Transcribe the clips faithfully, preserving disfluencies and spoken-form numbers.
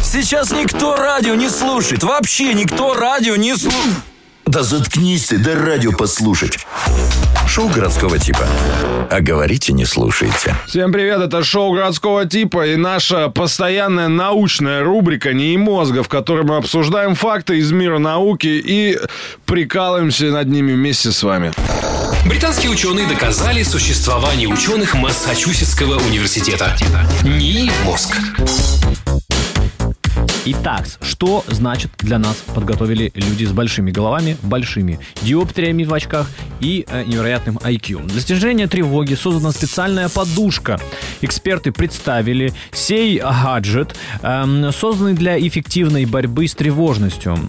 Сейчас никто радио не слушает. Вообще никто радио не слушает. Да заткнись ты, да радио послушать. Шоу городского типа. А говорите, не слушайте. Всем привет, это шоу городского типа и наша постоянная научная рубрика «НИИ мозга», в которой мы обсуждаем факты из мира науки и прикалываемся над ними вместе с вами. Британские ученые доказали существование ученых Массачусетского университета. НИИ мозг. Итак, что значит для нас подготовили люди с большими головами, большими диоптриями в очках и э, невероятным ай кью? Для снижения тревоги создана специальная подушка. Эксперты представили сей гаджет, э, созданный для эффективной борьбы с тревожностью.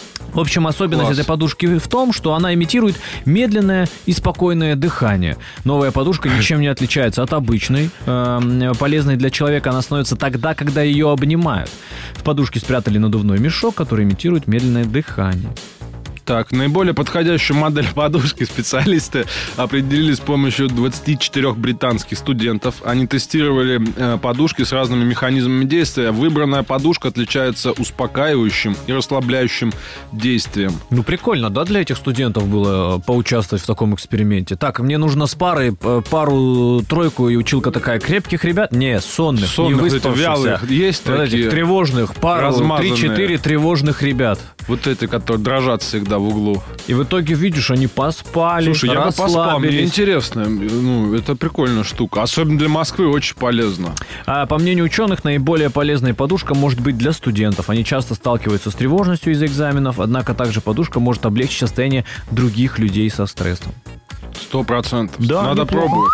В общем, особенность Класс. этой подушки в том, что она имитирует медленное и спокойное дыхание. Новая подушка ничем не отличается от обычной. Э, полезной для человека она становится тогда, когда ее обнимают. В подушке спрятали надувной мешок, который имитирует медленное дыхание. Так, наиболее подходящую модель подушки специалисты определили с помощью двадцати четырёх британских студентов. Они тестировали э, подушки с разными механизмами действия. Выбранная подушка отличается успокаивающим и расслабляющим действием. Ну, прикольно, да, для этих студентов было поучаствовать в таком эксперименте? Так, мне нужно с парой, пару-тройку, и училка такая, крепких ребят? Не, сонных, сонных не выспавшихся. Вялых. Есть вот такие этих тревожных, пару, три-четыре тревожных ребят. Вот эти, которые дрожат всегда в углу. И в итоге, видишь, они поспали, Слушай, я бы поспал, мне интересно. Ну, это прикольная штука. Особенно для Москвы очень полезно. А, по мнению ученых, наиболее полезная подушка может быть для студентов. Они часто сталкиваются с тревожностью из-за экзаменов, однако также подушка может облегчить состояние других людей со стрессом. Сто процентов. Да, надо неплохо. пробовать.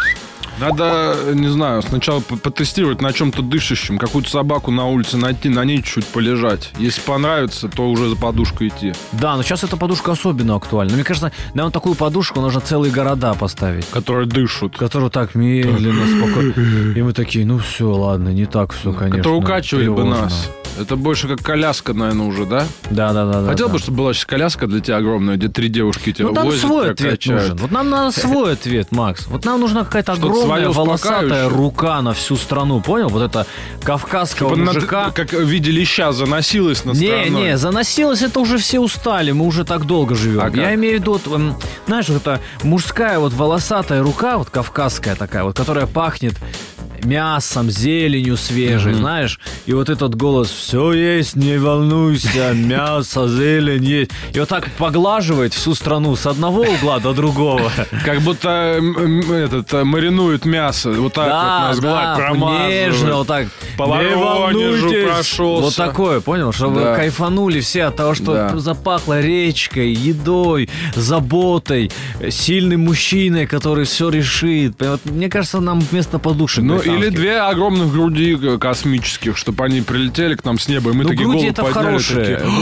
Надо, не знаю, сначала потестировать на чем-то дышащем, какую-то собаку на улице найти, на ней чуть полежать. Если понравится, то уже за подушку идти. Да, но сейчас эта подушка особенно актуальна. Мне кажется, на такую подушку нужно целые города поставить. Которые дышат. Которые так медленно, спокойно. И мы такие, ну все, ладно, не так все, конечно. Которые укачивали бы нас. Это больше как коляска, наверное, уже, да? Да, да, да. Хотел да, бы, да. чтобы была сейчас коляска для тебя огромная, где три девушки тебя ну, возят, свой ответ качают. нужен. Вот нам надо свой ответ, Макс. Вот нам нужна какая-то Что-то огромная волосатая рука на всю страну, понял? Вот это кавказского чтобы мужика. Над, как в виде леща заносилась над не, страной. Не, не, заносилась, это уже все устали, мы уже так долго живем. А Я как? имею в виду, вот, знаешь, вот эта мужская вот волосатая рука, вот кавказская такая, вот, которая пахнет мясом, зеленью свежей, mm-hmm. знаешь, и вот этот голос: все есть, не волнуйся, мясо, зелень есть. И вот так поглаживает всю страну с одного угла до другого. Как будто этот маринует мясо. Вот так да, вот нас гладь да, промазывает. нежно, вот так. По Воронежу прошелся. Вот такое, понял? Чтобы да. кайфанули все от того, что да. запахло речкой, едой, заботой, сильным мужчиной, который все решит. Мне кажется, нам вместо подушек. Ну, или две огромных груди космических, чтобы они прилетели к нам с неба, и мы ну, такие голову подняли, хорошие. такие...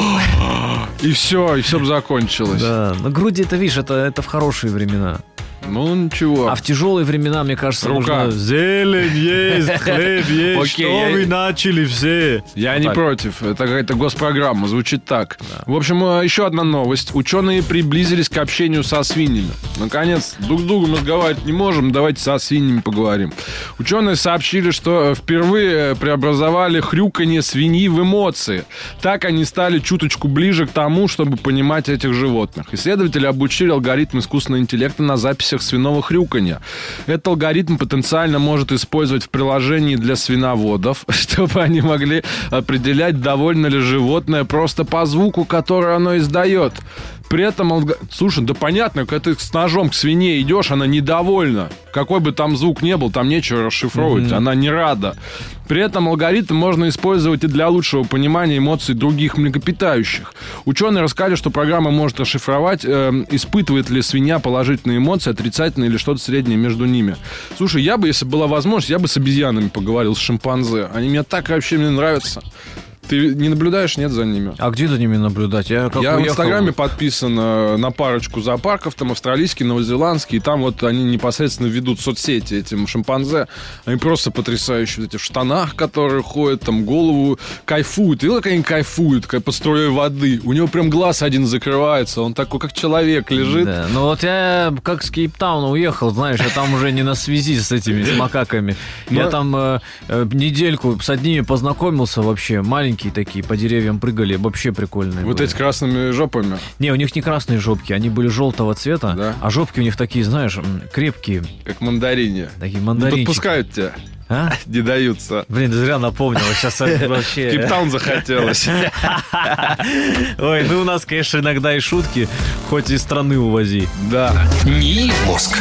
И все, и все бы закончилось. Да, но груди, это, видишь, это, это в хорошие времена. Ну, ничего. А в тяжелые времена, мне кажется, рука. Нужно... Зелень есть, хлеб есть, Окей, что я... вы начали все? Я вот не так. против, это какая-то госпрограмма, звучит так. Да. В общем, еще одна новость. Ученые приблизились к общению со свиньями. Наконец, друг с другом разговаривать не можем, давайте со свиньями поговорим. Ученые сообщили, что впервые преобразовали хрюканье свиньи в эмоции. Так они стали чуточку ближе к тому, чтобы понимать этих животных. Исследователи обучили алгоритм искусственного интеллекта на записи свиного хрюканья. Этот алгоритм потенциально может использовать в приложении для свиноводов, чтобы они могли определять, довольно ли животное просто по звуку, который оно издает. При этом, он... слушай, да понятно, когда ты с ножом к свинье идешь, она недовольна. Какой бы там звук ни был, там нечего расшифровывать, mm-hmm. она не рада. При этом алгоритм можно использовать и для лучшего понимания эмоций других млекопитающих. Ученые рассказали, что программа может расшифровать, э, испытывает ли свинья положительные эмоции, отрицательные или что-то среднее между ними. Слушай, я бы, если была возможность, я бы с обезьянами поговорил, с шимпанзе. Они мне так вообще мне нравятся. Ты не наблюдаешь, нет, за ними? А где за ними наблюдать? Я, как Я уехал... в Инстаграме подписан на парочку зоопарков, там австралийские, новозеландские, и там вот они непосредственно ведут соцсети этим шимпанзе. Они просто потрясающие, вот эти в штанах, которые ходят, там голову кайфуют. Видел, как они кайфуют, как под струей воды? У него прям глаз один закрывается, он такой, как человек, лежит. Да, ну вот я как с Кейптауна уехал, знаешь, я там уже не на связи с этими, с макаками. Я там э, недельку с одними познакомился вообще, маленькие маленькие такие, по деревьям прыгали, вообще прикольные. Вот были. эти красными жопами. Не, у них не красные жопки, они были желтого цвета, Да? а жопки у них такие, знаешь, крепкие, Как мандарине. такие Не мандаринчики. подпускают тебя. А? Не даются. Блин, ты зря напомнил, сейчас вообще... Кейптаун захотелось. Ой, ну у нас, конечно, иногда и шутки, хоть из страны увози. Да. НИИ «Мозг».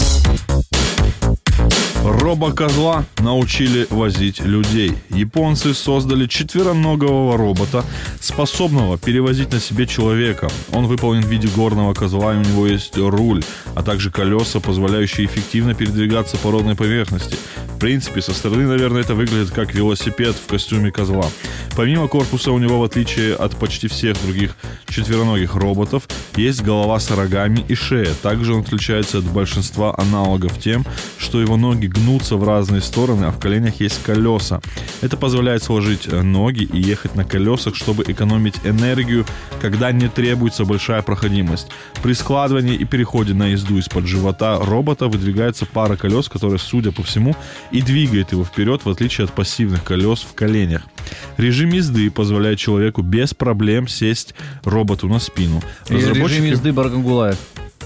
Робокозла научили возить людей. Японцы создали четвероногого робота, способного перевозить на себе человека. Он выполнен в виде горного козла, и у него есть руль, а также колеса, позволяющие эффективно передвигаться по ровной поверхности. В принципе, со стороны, наверное, это выглядит как велосипед в костюме козла. Помимо корпуса, у него, в отличие от почти всех других четвероногих роботов, есть голова с рогами и шея. Также он отличается от большинства аналогов тем, что его ноги гнутся в разные стороны, а в коленях есть колеса. Это позволяет сложить ноги и ехать на колесах, чтобы экономить энергию, когда не требуется большая проходимость. При складывании и переходе на езду из-под живота робота выдвигается пара колес, которая, судя по всему, и двигает его вперед, в отличие от пассивных колес в коленях. Режим езды позволяет человеку без проблем сесть роботу на спину. Режим езды Баргангулаев.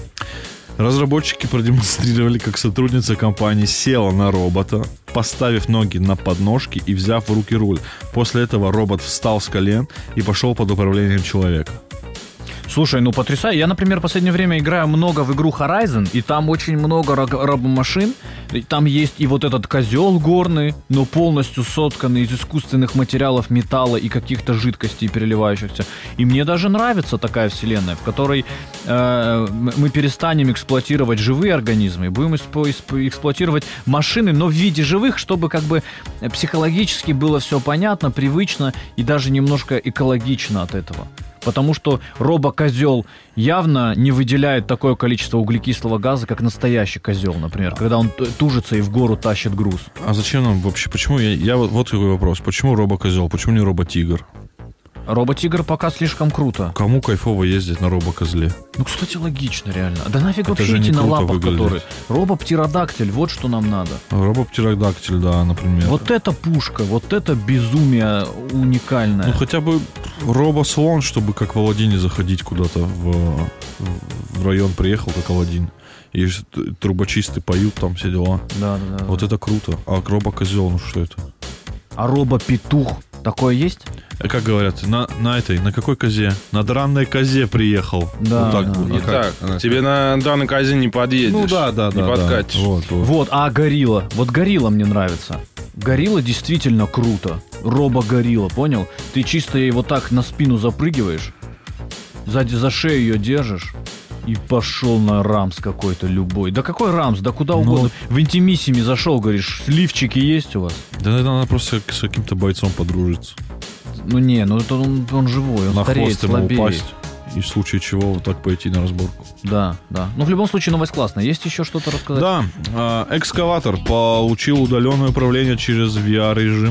Разработчики продемонстрировали, как сотрудница компании села на робота, поставив ноги на подножки и взяв в руки руль. После этого робот встал с колен и пошел под управлением человека. Слушай, ну потрясающе. Я, например, в последнее время играю много в игру Horizon, и там очень много раб- рабомашин. И там есть и вот этот козел горный, но полностью сотканный из искусственных материалов, металла и каких-то жидкостей переливающихся. И мне даже нравится такая вселенная, в которой э, мы перестанем эксплуатировать живые организмы и будем испо- испо- эксплуатировать машины, но в виде живых, чтобы как бы психологически было все понятно, привычно и даже немножко экологично от этого. Потому что робокозел явно не выделяет такое количество углекислого газа, как настоящий козел, например, когда он тужится и в гору тащит груз. А зачем нам вообще? Почему я, я вот, вот какой вопрос. Почему робокозел? Почему не роботигр? Роботигр пока слишком круто. Кому кайфово ездить на робокозле? Ну, кстати, логично, реально. Да нафиг Это вообще же не идти на круто лапах, выглядит. который... Робоптеродактиль, вот что нам надо. Робоптеродактиль, да, например. Вот это пушка, вот это безумие уникальное. Ну, хотя бы робослон, чтобы как в Аладдине заходить куда-то в, в район приехал, как Аладдин. И ж- трубочисты поют, там все дела. Да, да, да. Вот это круто. А робокозел, ну что это? А робопетух такое есть? А как говорят, на, на этой, на какой козе? На дранной козе приехал. Да, вот так да. вот. Не А как? так. Она Тебе на данной козе не подъедешь. Ну да, да, Не да. подкатишь. Да. Вот, вот. Вот, а горилла? Вот горилла мне нравится. Горилла действительно круто. Робо-горилла, понял? Ты чисто ей вот так на спину запрыгиваешь, сзади за шею ее держишь и пошел на рамс какой-то любой. Да какой рамс? Да куда Ну, угодно. В интимиссиме зашел, говоришь, лифчики есть у вас? Да, наверное, надо просто с каким-то бойцом подружиться. Ну не, ну это он, он живой, он На стареет, хвост ему слабеет. упасть. И в случае чего вот так пойти на разборку. Да, да. Ну в любом случае новость классная. Есть еще что-то рассказать? Да, э, экскаватор получил удаленное управление через ви ар-режим.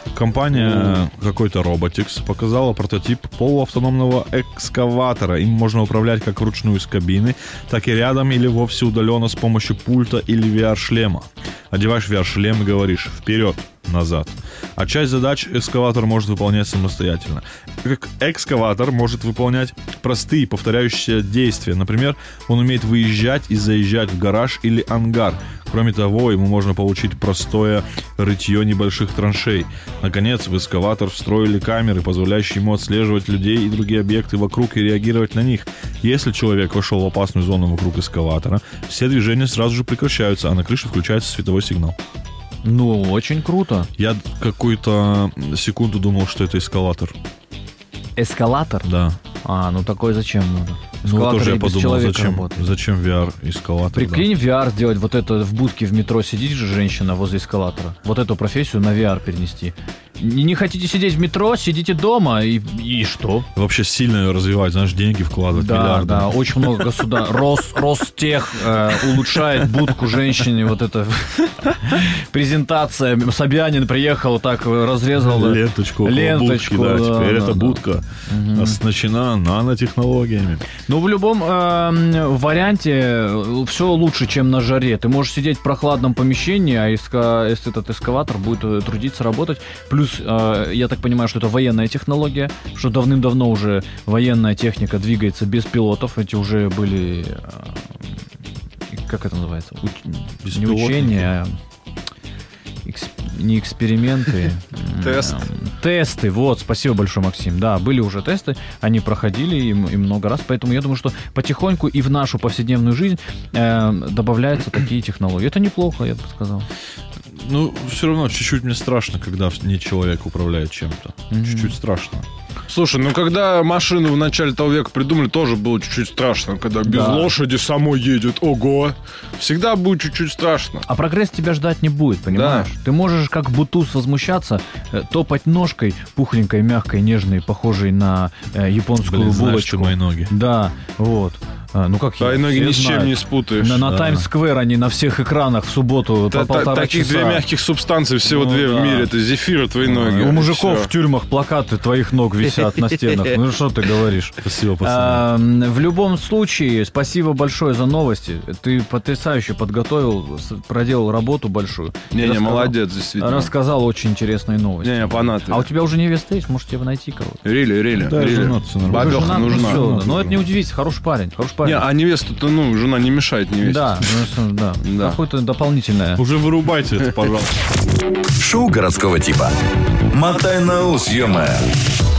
Компания какой-то Robotics показала прототип полуавтономного экскаватора. Им можно управлять как вручную с кабины, так и рядом или вовсе удаленно с помощью пульта или ви ар-шлема. Одеваешь ви ар-шлем и говоришь «вперед», «назад». А часть задач экскаватор может выполнять самостоятельно. Как экскаватор может выполнять простые повторяющиеся действия. Например, он умеет выезжать и заезжать в гараж или ангар. Кроме того, ему можно получить простое рытье небольших траншей. Наконец, в экскаватор встроили камеры, позволяющие ему отслеживать людей и другие объекты вокруг и реагировать на них. Если человек вошел в опасную зону вокруг экскаватора, все движения сразу же прекращаются, а на крыше включается световой сигнал. Ну, очень круто. Я какую-то секунду думал, что это эскалатор. Эскалатор? Да. А, ну такой зачем надо? Ну, Эскалатор тоже и я без подумал, человека зачем, работает. зачем ви ар-эскалатор? Прикинь, ви ар сделать, вот это в будке в метро сидит же женщина возле эскалатора. Вот эту профессию на ви ар перенести. Не, не хотите сидеть в метро, сидите дома, и, и что? Да. Вообще сильно ее развивать, знаешь, деньги вкладывать, Да, миллиарды. да, очень много государств. Рос, Ростех э, улучшает будку женщине, вот это презентация. Собянин приехал, так разрезал. да. Ленточку, около Ленточку, будки, да, да, теперь да, эта да. будка оснащена нанотехнологиями. Ну, в любом э, варианте все лучше, чем на жаре. Ты можешь сидеть в прохладном помещении, а эска- эс- этот эскаватор будет э, трудиться, работать. Плюс Плюс, э, я так понимаю, что это военная технология, что давным-давно уже военная техника двигается без пилотов. Эти уже были... Э, как это называется? У... Не учения, а... Эксп... Не эксперименты. Тест. Тесты, вот, спасибо большое, Максим. Да, были уже тесты, они проходили и, и много раз, поэтому я думаю, что потихоньку и в нашу повседневную жизнь э, добавляются такие технологии. Это неплохо, я бы сказал. Ну, все равно чуть-чуть мне страшно, когда не человек управляет чем-то. Mm-hmm. Чуть-чуть страшно. Слушай, ну когда машину в начале того века придумали, тоже было чуть-чуть страшно. Когда без да. лошади самой едет, ого. Всегда будет чуть-чуть страшно. А прогресс тебя ждать не будет, понимаешь? Да. Ты можешь как бутуз возмущаться, топать ножкой пухленькой, мягкой, нежной, похожей на э, японскую Блин, булочку. знаешь, что мои ноги. Да, вот. А, ну как Твои ноги ни с чем не спутаешь. На, на да. Таймс-сквер они на всех экранах в субботу Та, по полтора таких часа. две мягких субстанции, всего ну, две да. в мире. Это зефир и твои ноги. У мужиков Все. в тюрьмах плакаты твоих ног висят на стенах. Ну что ты говоришь? Спасибо, пацаны. А, в любом случае, спасибо большое за новости. Ты потрясающе подготовил, проделал работу большую. Не-не, Рассказал, молодец, действительно. Рассказал очень интересные новости. Не-не, понятно. А у тебя уже невеста есть? Может, тебе найти кого-то? Рили, рили. Да, рили. женат, все нормально. Бабёха Женат, ну нужна. всё, но это не удивительно. Хороший парень. Хороший парень. Не, а невесту-то, ну, жена не мешает невесте. Да, ну, да. Да. Какое-то дополнительное. Уже вырубайте это, пожалуйста. Шоу городского типа. Мотай на ус, ё-моё.